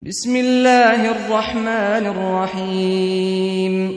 بسم الله الرحمن الرحيم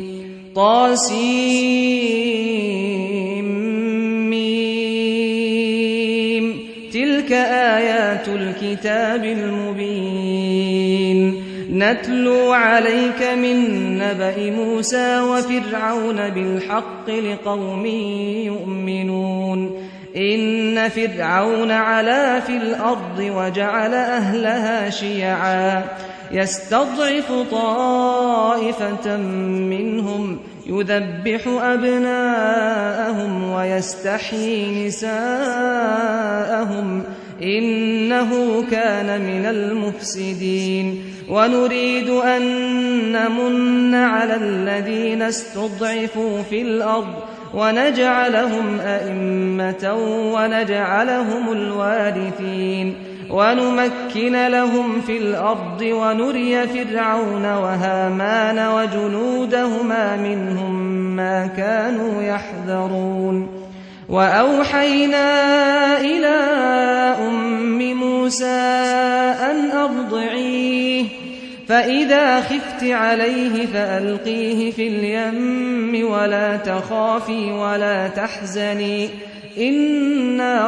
طاسيم تلك آيات الكتاب المبين نتلو عليك من نبأ موسى وفرعون بالحق لقوم يؤمنون إن فرعون علا في الأرض وجعل أهلها شيعا يستضعف طائفة منهم يذبح أبناءهم ويستحيي نساءهم إنه كان من المفسدين ونريد أن نمن على الذين استضعفوا في الأرض ونجعلهم أئمة ونجعلهم الوارثين ونمكن لهم في الأرض ونري فرعون وهامان وجنودهما منهم ما كانوا يحذرون وأوحينا إلى أم موسى أن أرضعيه فإذا خفت عليه فألقيه في اليم ولا تخافي ولا تحزني إنا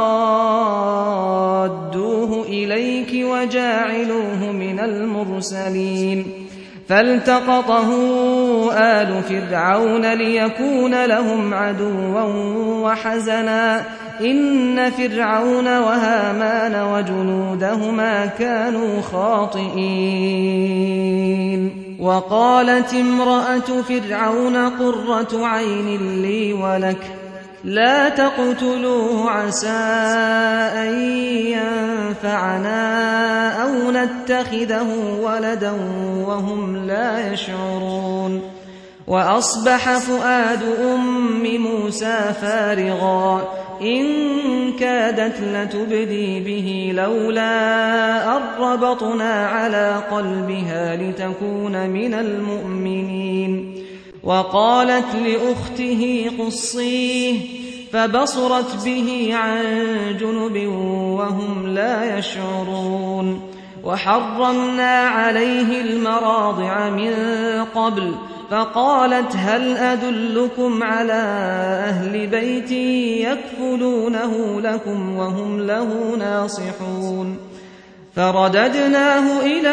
رادوه إليك وجاعلوه من المرسلين فالتقطه آل فرعون ليكون لهم عدوا وحزنا إن فرعون وهامان وجنودهما كانوا خاطئين وقالت امرأة فرعون قرة عين لي ولك لا تقتلوه عسى أن ينفعنا أو نتخذه ولدا وهم لا يشعرون وأصبح فؤاد أم موسى فارغا إن كادت لتبدي به لولا أن ربطنا على قلبها لتكون من المؤمنين وقالت لأخته قصيه فبصرت به عن جنب وهم لا يشعرون وحرمنا عليه المراضع من قبل فقالت هل أدلكم على أهل بيت يكفلونه لكم وهم له ناصحون فرددناه إلى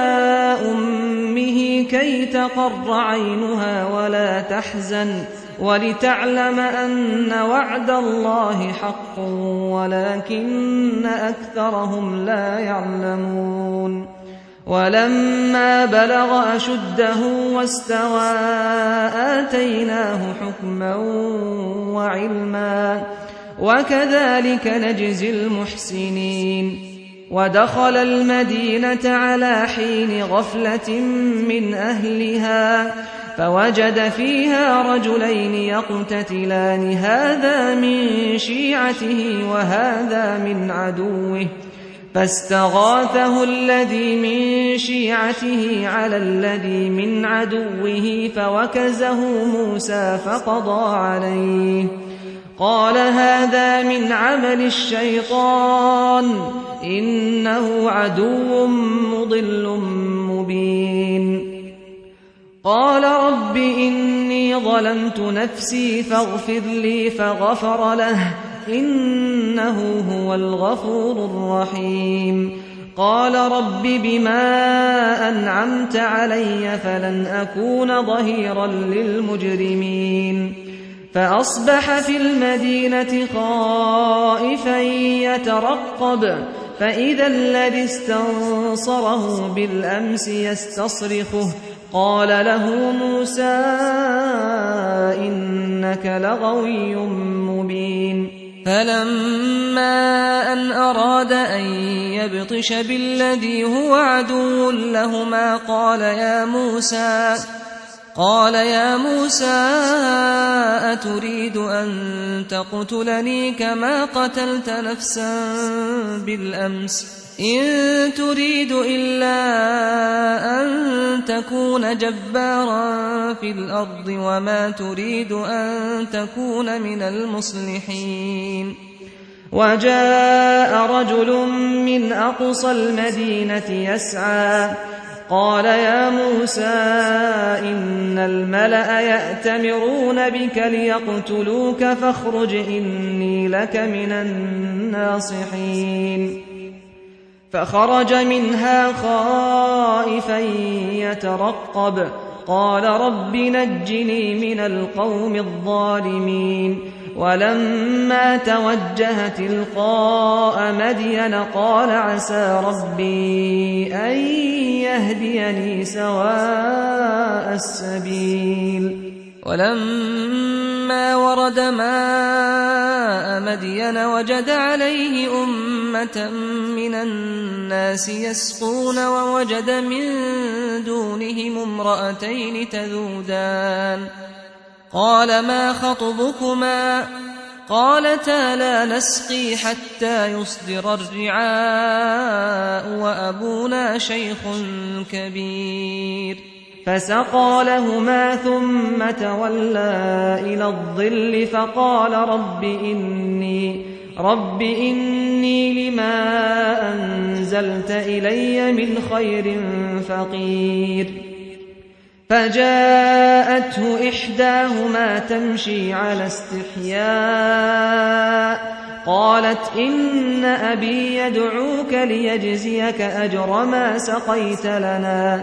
أمه كي تقر عينها ولا تحزن ولتعلم أن وعد الله حق ولكن أكثرهم لا يعلمون ولما بلغ أشده واستوى آتيناه حكما وعلما وكذلك نجزي المحسنين ودخل المدينة على حين غفلة من أهلها فوجد فيها رجلين يقتتلان هذا من شيعته وهذا من عدوه فاستغاثه الذي من شيعته على الذي من عدوه فوكزه موسى فقضى عليه قال هذا من عمل الشيطان إنه عدو مضل مبين قال رب إني ظلمت نفسي فاغفر لي فغفر له إنه هو الغفور الرحيم قال رب بما أنعمت علي فلن أكون ظهيرا للمجرمين فأصبح في المدينة خائفا يترقب فإذا الذي استنصره بالأمس يستصرخه قال له موسى إنك لغوي مبين فلما أن أراد أن يبطش بالذي هو عدو لهما قال يا موسى أتريد أن تقتلني كما قتلت نفسا بالأمس إن تريد إلا أن تكون جبارا في الأرض وما تريد أن تكون من المصلحين وجاء رجل من أقصى المدينة يسعى قال يا موسى إن الملأ يأتمرون بك ليقتلوك فاخرج إني لك من الناصحين فخرج منها خائفا يترقب قال رب نجني من القوم الظالمين ولما توجه تلقاء مدين قال عسى ربي أن يهديني سواء السبيل ولما ورد ماء مدين وجد عليه أمة من الناس يسقون ووجد من دونهم امرأتين تذودان قال ما خطبكما قالتا لا نسقي حتى يصدر الرعاء وأبونا شيخ كبير فسقى لهما ثم تولى إلى الظل فقال رب إني لما أنزلت إلي من خير فقير فجاءته إحداهما تمشي على استحياء قالت إن أبي يدعوك ليجزيك أجر ما سقيت لنا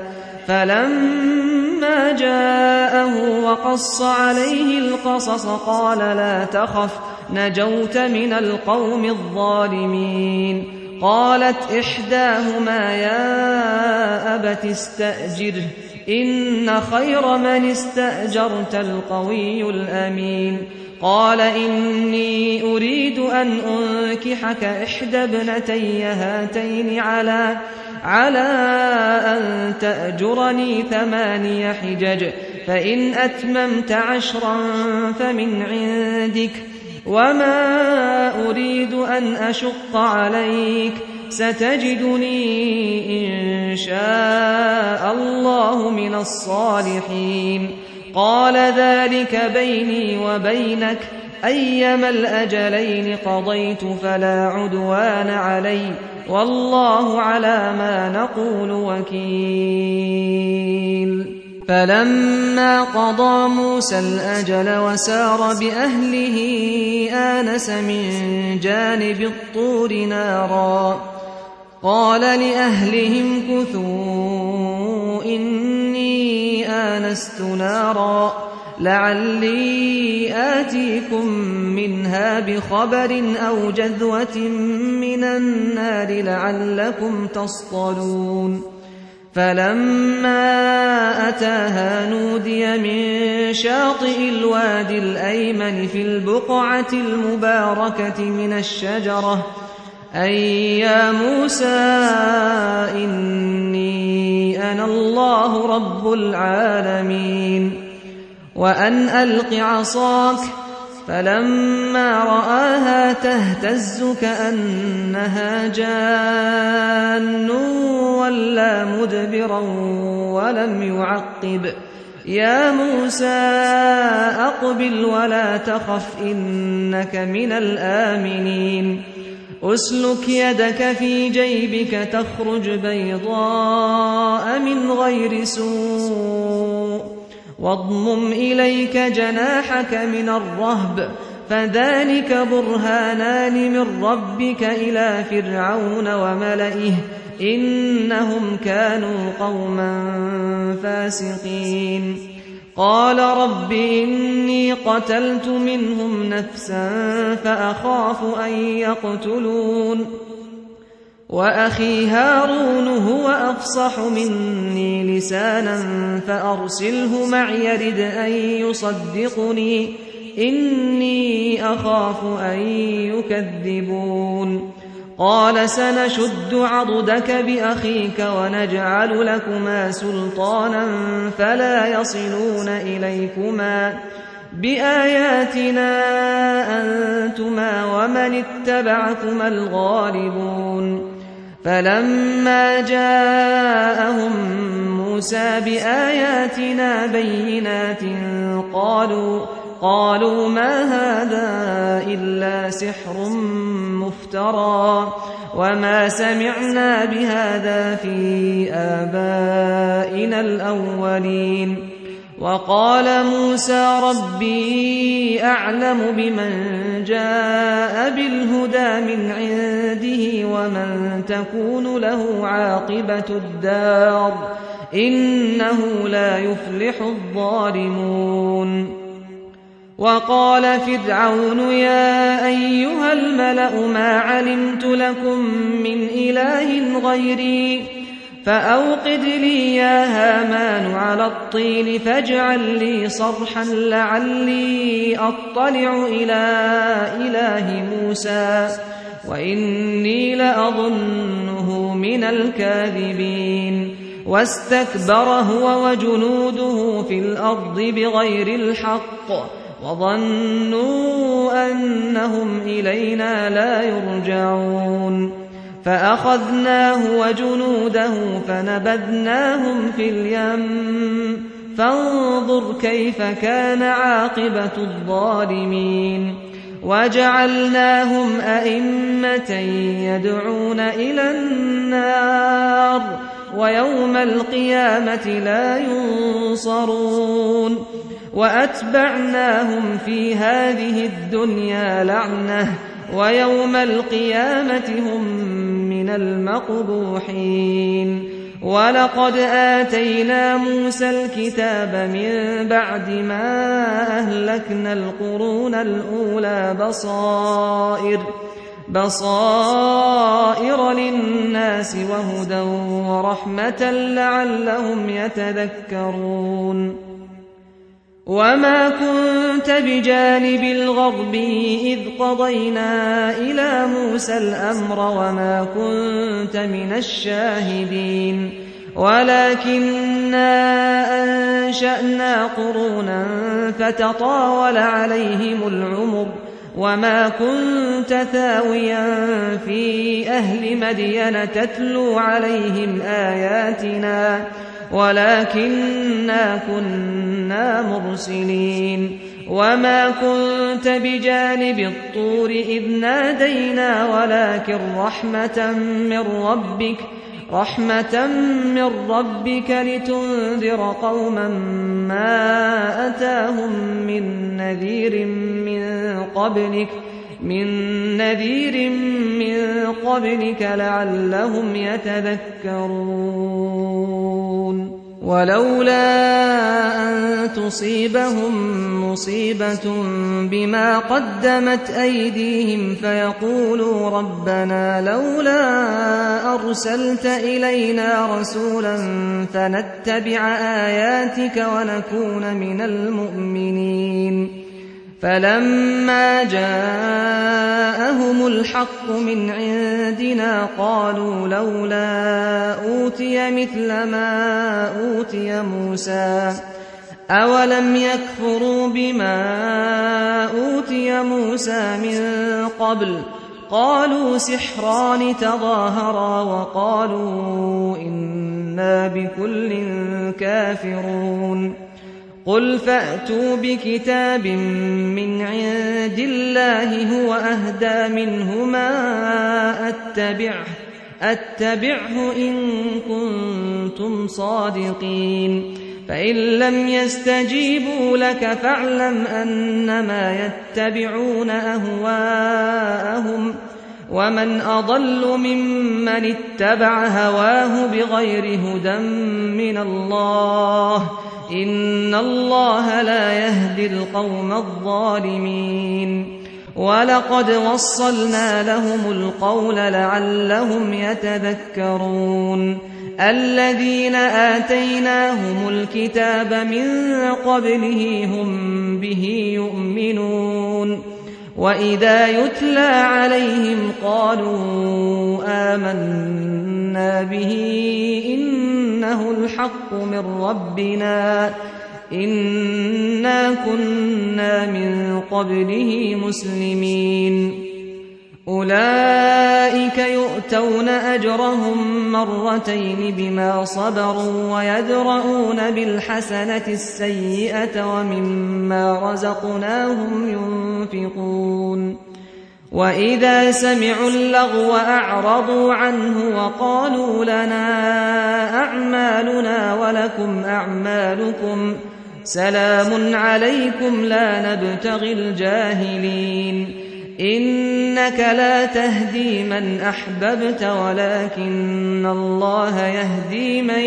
فلما جاءه وقص عليه القصص قال لا تخف نجوت من القوم الظالمين قالت إحداهما يا أبت استأجره إن خير من استأجرت القوي الأمين قال إني أريد أن أنكحك إحدى ابنتي هاتين على أن تأجرني 8 حجج فإن أتممت 10 فمن عندك وما أريد أن أشق عليك ستجدني إن شاء الله من الصالحين قال ذلك بيني وبينك أيما الأجلين قضيت فلا عدوان علي والله على ما نقول وكيل فلما قضى موسى الأجل وسار بأهله آنس من جانب الطور نارا قال لأهلهم كثوا إني آنست نارا لعلي آتيكم منها بخبر أو جذوة من النار لعلكم تصطلون فلما أتاها نودي من شاطئ الوادي الأيمن في البقعة المباركة من الشجرة أي يا موسى إني أنا الله رب العالمين وأن ألق عصاك فلما رآها تهتز كأنها جان ولا مدبرا ولم يعقب يا موسى أقبل ولا تخف إنك من الآمنين أسلك يدك في جيبك تخرج بيضاء من غير سوء واضمم إليك جناحك من الرهب فذلك برهانان من ربك إلى فرعون وملئه إنهم كانوا قوما فاسقين قال رب إني قتلت منهم نفسا فأخاف أن يقتلون وأخي هارون هو أفصح مني لسانا فأرسله معي يرد أن يصدقني إني أخاف أن يكذبون قال سنشد عضدك بأخيك ونجعل لكما سلطانا فلا يصلون إليكما بآياتنا أنتما ومن اتبعكما الغالبون فلما جاءهم موسى بآياتنا بينات قالوا ما هذا إلا سحر مفترى وما سمعنا بهذا في آبائنا الأولين. وقال موسى ربي أعلم بمن جاء بالهدى من عنده ومن تكون له عاقبة الدار إنه لا يفلح الظالمون. وقال فرعون يا أيها الملأ ما علمت لكم من إله غيري فأوقد لي يا هامان على الطين فاجعل لي صرحا لعلي أطلع إلى إله موسى وإني لأظنه من الكاذبين. واستكبر هو وجنوده في الأرض بغير الحق وظنوا أنهم إلينا لا يرجعون. فأخذناه وجنوده فنبذناهم في اليم فانظر كيف كان عاقبة الظالمين. وجعلناهم أئمة يدعون إلى النار ويوم القيامة لا ينصرون. وأتبعناهم في هذه الدنيا لعنة ويوم القيامة هم من المقبوحين. ولقد آتينا موسى الكتاب من بعد ما أهلكنا القرون الأولى بصائر للناس وهدى ورحمة لعلهم يتذكرون. وما كنت بجانب الغرب إذ قضينا إلى موسى الأمر وما كنت من الشاهدين ولكننا أنشأنا قرونا فتطاول عليهم العمر وما كنت ثاويا في أهل مدين تتلو عليهم آياتنا ولكننا كنا مرسلين. وما كنت بجانب الطور إذ نادينا ولكن رحمة من ربك لتنذر قوما ما أتاهم من نذير من قبلك لعلهم يتذكرون. ولولا أن تصيبهم مصيبة بما قدمت أيديهم فيقولوا ربنا لولا أرسلت إلينا رسولا فنتبع آياتك ونكون من المؤمنين. فلما جاءهم الحق من عندنا قالوا لولا أوتي مثل ما أوتي موسى أولم يكفروا بما أوتي موسى من قبل قالوا سحران تظاهرا وقالوا إنا بكل كافرون. قل فأتوا بكتاب من عند الله هو أهدى منهما أتبعه إن كنتم صادقين. فإن لم يستجيبوا لك فاعلم أنما يتبعون أهواءهم ومن أضل ممن اتبع هواه بغير هدى من الله إن الله لا يهدي القوم الظالمين. ولقد وصلنا لهم القول لعلهم يتذكرون. الذين آتيناهم الكتاب من قبله هم به يؤمنون وإذا يتلى عليهم قالوا آمنا به إنه الحق من ربنا إنا كنا من قبله مسلمين. أولئك يؤتون أجرهم مرتين بما صبروا ويدرؤون بالحسنة السيئة ومما رزقناهم ينفقون. وإذا سمعوا اللغو أعرضوا عنه وقالوا لنا أعمالنا ولكم أعمالكم سلام عليكم لا نبتغي الجاهلين إنك لا تهدي من أحببت ولكن الله يهدي من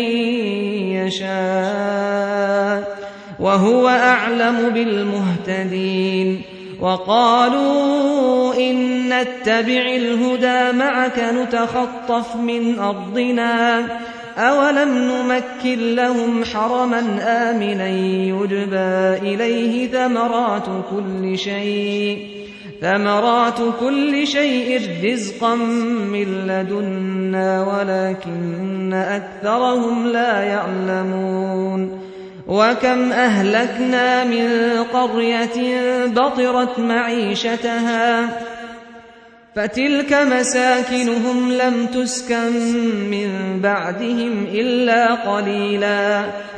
يشاء وهو أعلم بالمهتدين وقالوا إن نتبع الهدى معك نتخطف من أرضنا أولم نمكن لهم حرما آمنا يجبى إليه ثمرات كل شيء رزقا من لدنا ولكن أكثرهم لا يعلمون وكم أهلكنا من قرية بطرت معيشتها فتلك مساكنهم لم تسكن من بعدهم إلا قليلا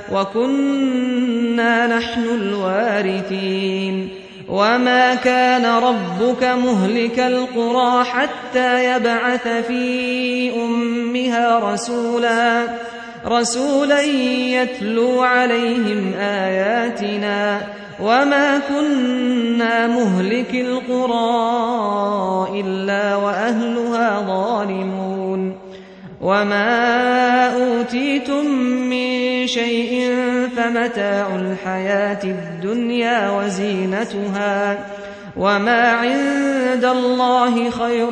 وكنا نحن الوارثين وما كان ربك مهلك القرى حتى يبعث في أمها رسولا يتلو عليهم آياتنا وما كنا مهلك القرى إلا وأهلها ظالمون وما أوتيتم من شيء فمتاع الحياة الدنيا وزينتها وما عند الله خير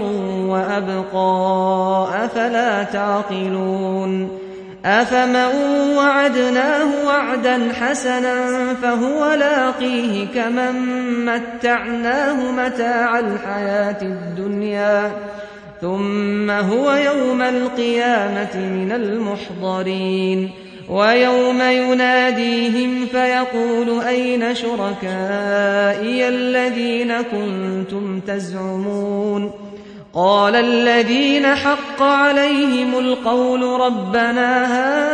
وأبقى أفلا تعقلون أفمن وعدناه وعدا حسنا فهو لاقيه كمن متعناه متاع الحياة الدنيا ثم هو يوم القيامة من المحضرين ويوم يناديهم فيقول أين شركائي الذين كنتم تزعمون قال الذين حق عليهم القول ربنا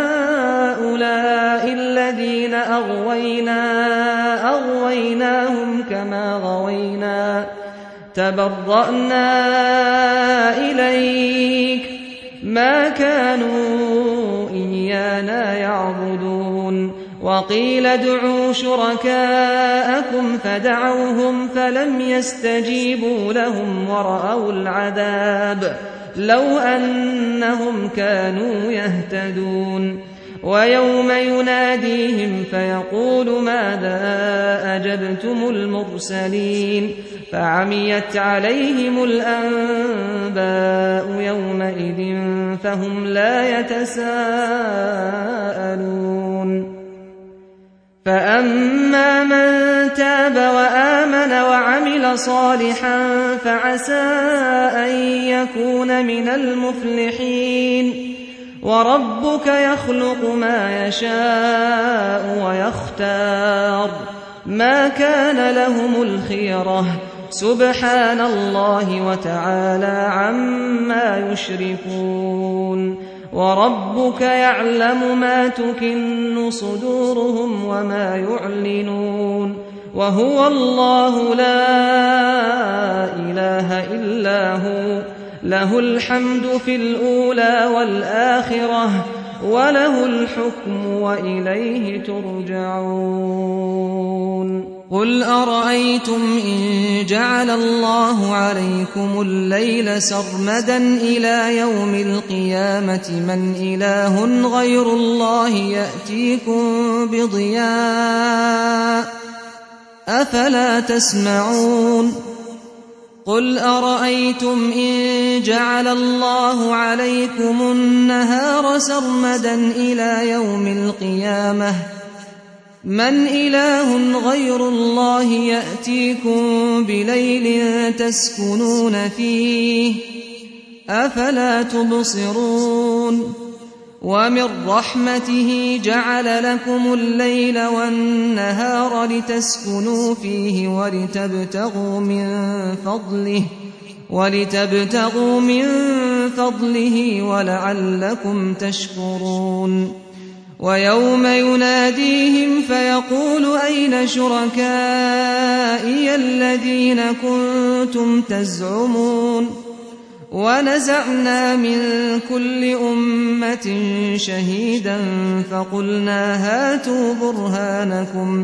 هؤلاء الذين أغويناهم كما غوينا تبرأنا إليك ما كانوا إيانا يعبدون وقيل ادعوا شركاءكم فدعوهم فلم يستجيبوا لهم ورأوا العذاب لو أنهم كانوا يهتدون ويوم يناديهم فيقول ماذا أجبتم المرسلين فعميت عليهم الأنباء يومئذ فهم لا يتساءلون فأما من تاب وآمن وعمل صالحا فعسى أن يكون من المفلحين وربك يخلق ما يشاء ويختار ما كان لهم الخيرة سبحان الله وتعالى عما يشركون وربك يعلم ما تكن صدورهم وما يعلنون وهو الله لا إله إلا هو له الحمد في الأولى والآخرة وله الحكم وإليه ترجعون قل أرأيتم إن جعل الله عليكم الليل سرمدا إلى يوم القيامة من إله غير الله يأتيكم بضياء أفلا تسمعون قل أرأيتم إن جعل الله عليكم النهار سرمدا إلى يوم القيامة من إله غير الله يأتيكم بليل تسكنون فيه أفلا تبصرون ومن رحمته جعل لكم الليل والنهار لتسكنوا فيه ولتبتغوا من فضله ولعلكم تشكرون ويوم يناديهم فيقول أين شركائي الذين كنتم تزعمون ونزعنا من كل أمة شهيدا فقلنا هاتوا برهانكم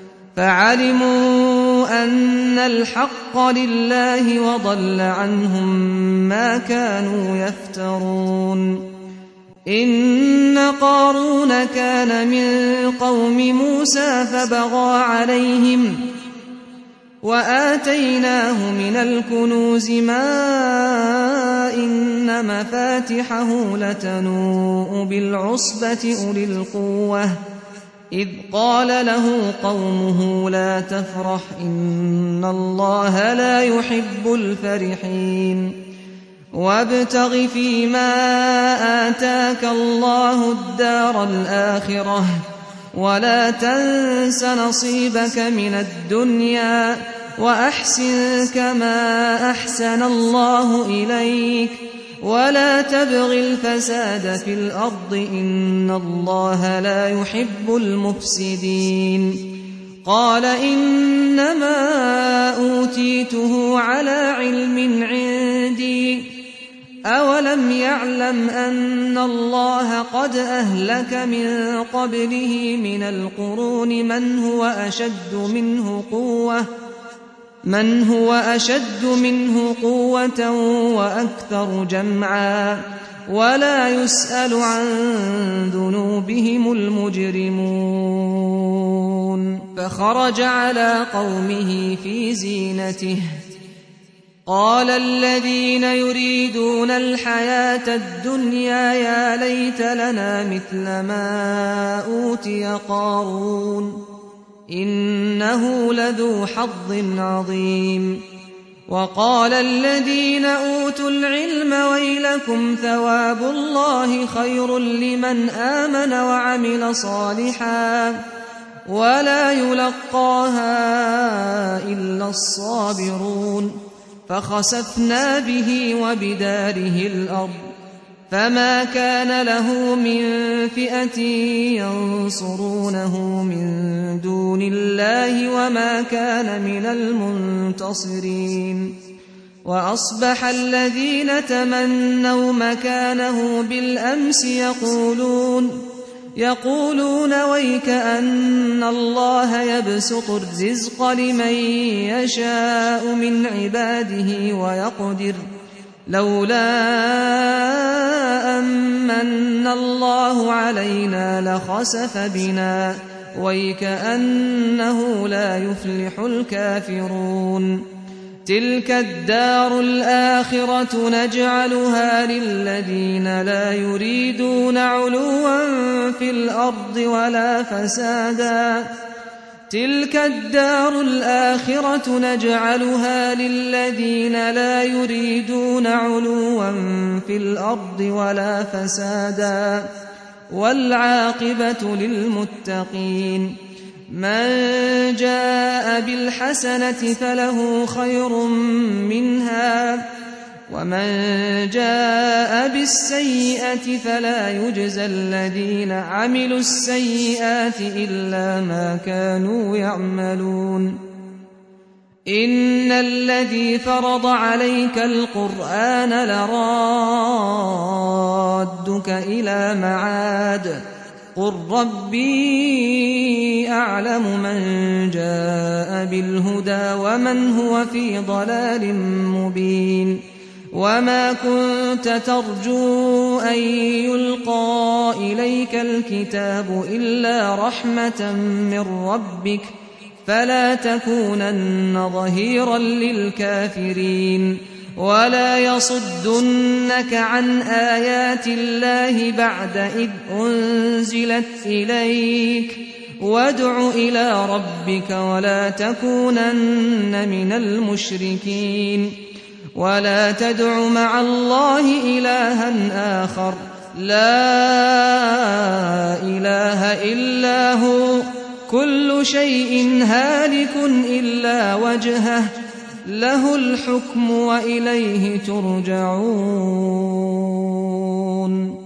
فعلموا أن الحق لله وضل عنهم ما كانوا يفترون إن قارون كان من قوم موسى فبغى عليهم وآتيناه من الكنوز ما إن مفاتحه لتنوء بالعصبة أولي القوة إذ قال له قومه لا تفرح إن الله لا يحب الفرحين وابتغ فيما آتاك الله الدار الآخرة ولا تنس نصيبك من الدنيا وأحسن كما أحسن الله إليك ولا تبغ الفساد في الأرض إن الله لا يحب المفسدين قال إنما أوتيته على علم عندي أولم يعلم أن الله قد أهلك من قبله من القرون من هو أشد منه قوة وأكثر جمعا ولا يسأل عن ذنوبهم المجرمون فخرج على قومه في زينته قال الذين يريدون الحياة الدنيا يا ليت لنا مثل ما أوتي قارون إنه لذو حظ عظيم وقال الذين أوتوا العلم ويلكم ثواب الله خير لمن آمن وعمل صالحا ولا يلقاها إلا الصابرون فخسفنا به وبداره الأرض فما كان له من فئة ينصرونه من دون الله وما كان من المنتصرين وأصبح الذين تمنوا مكانه بالأمس يقولون ويك أن الله يبسط الرزق لمن يشاء من عباده ويقدر لولا أمن الله علينا لخسف بنا ويك أنه لا يفلح الكافرون تلك الدار الآخرة نجعلها للذين لا يريدون علوا في الأرض ولا فسادا تلك الدار الآخرة نجعلها للذين لا يريدون علوا في الأرض ولا فسادا والعاقبة للمتقين من جاء بالحسنة فله خير منها ومن جاء بالسيئة فلا يجزى الذين عملوا السيئات إلا ما كانوا يعملون إن الذي فرض عليك القرآن لرادك إلى معاد قل ربي أعلم من جاء بالهدى ومن هو في ضلال مبين وما كنت ترجو أن يلقى إليك الكتاب إلا رحمة من ربك فلا تكونن ظهيرا للكافرين ولا يصدنك عن آيات الله بعد إذ أنزلت إليك وادع إلى ربك ولا تكونن من المشركين ولا تدع مع الله إلها آخر لا إله إلا هو كل شيء هالك إلا وجهه له الحكم وإليه ترجعون